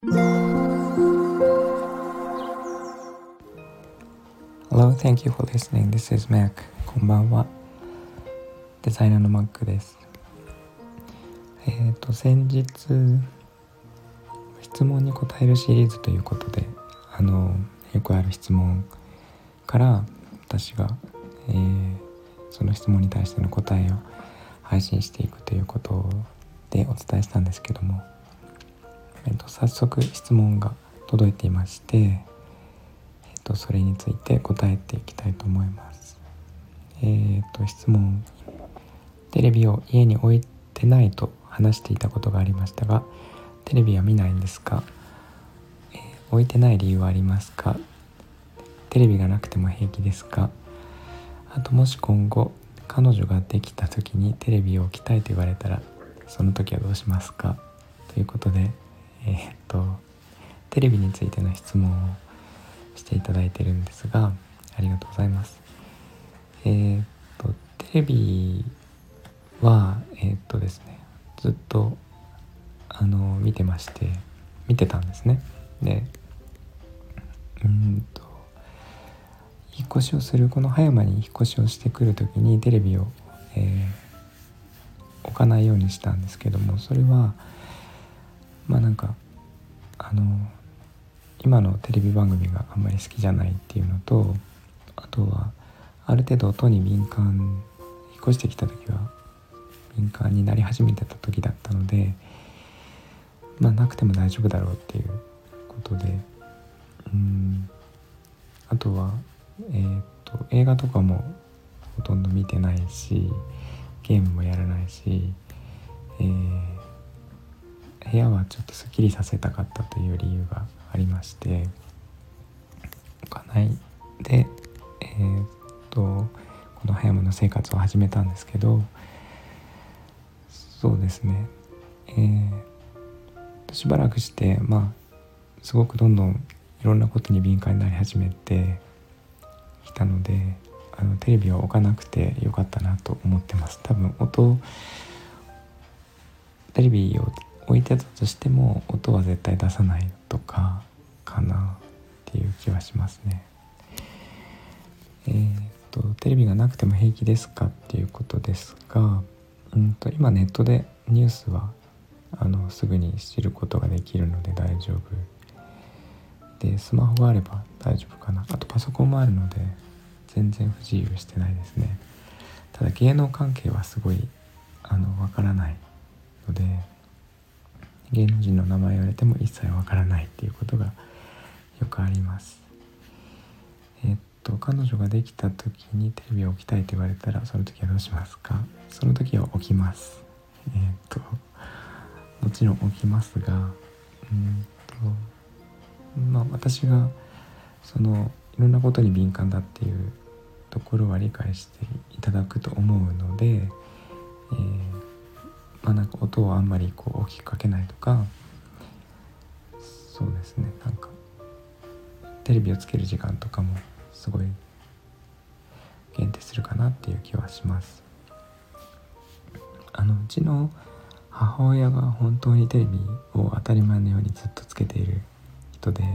Hello, thank you for listening. This is Mac. こんばんは。デザイナーの Mac です。先日質問に答えるシリーズということで、よくある質問から私が、その質問に対しての答えを配信していくということでお伝えしたんですけども、早速質問が届いていまして、それについて答えていきたいと思います。質問、テレビを家に置いてないと話していたことがありましたが、テレビは見ないんですか？置いてない理由はありますか？テレビがなくても平気ですか？あと、もし今後彼女ができた時にテレビを置きたいと言われたら、その時はどうしますか？ということで、テレビについての質問をしていただいているんですが、ありがとうございます。テレビはですね、ずっと見てたんですね。で、引っ越しをする、この葉山に引っ越しをしてくるときにテレビを、置かないようにしたんですけども、それは今のテレビ番組があんまり好きじゃないっていうのと、あとはある程度音に引っ越してきた時は敏感になり始めてた時だったので、なくても大丈夫だろうっていうことで、あとは、映画とかもほとんど見てないし、ゲームもやらないし、部屋はちょっとすっきりさせたかったという理由がありまして、置かないで、この葉山の生活を始めたんですけど、そうですね、しばらくしてすごくどんどんいろんなことに敏感になり始めてきたので、テレビは置かなくてよかったなと思ってます。多分テレビを置いてたとしても音は絶対出さないとかかなっていう気はしますね。テレビがなくても平気ですかっていうことですが、今ネットでニュースはすぐに知ることができるので大丈夫で、スマホがあれば大丈夫かな。あとパソコンもあるので全然不自由してないですね。ただ芸能関係はすごいわからないので、芸能人の名前を言われても一切わからないっていうことがよくあります。彼女ができた時にテレビを置きたいと言われたら、その時はどうしますか？その時は置きます。もちろん置きますが、私がいろんなことに敏感だっていうところは理解していただくと思うので、音をあんまり大きくかけないとか、そうですね、テレビをつける時間とかもすごい限定するかなっていう気はします。うちの母親が本当にテレビを当たり前のようにずっとつけている人で、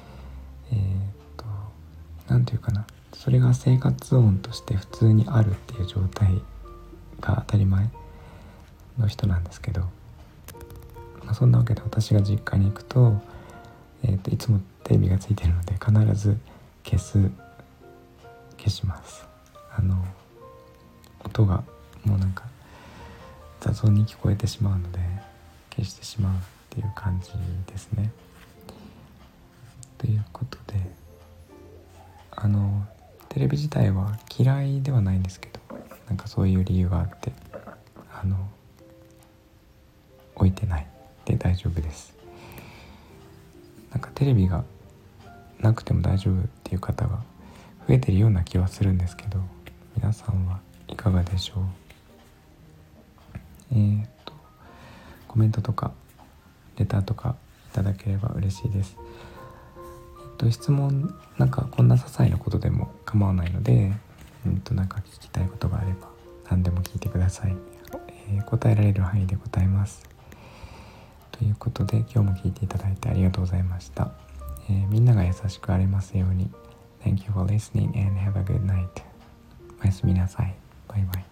なんていうかな、それが生活音として普通にあるっていう状態が当たり前の人なんですけど、そんなわけで私が実家に行くと、いつもテレビがついているので必ず消します。音がもう雑音に聞こえてしまうので消してしまうっていう感じですね。ということで、テレビ自体は嫌いではないんですけど、そういう理由があって置いてないで大丈夫です。テレビがなくても大丈夫っていう方が増えてるような気はするんですけど、皆さんはいかがでしょう？コメントとかレターとかいただければ嬉しいです。質問こんな些細なことでも構わないので、聞きたいことがあれば何でも聞いてください。答えられる範囲で答えます。 ということで今日も聞いていただいてありがとうございました。みんなが優しくありますように。 Thank you for listening and have a good night. おやすみなさい。バイバイ。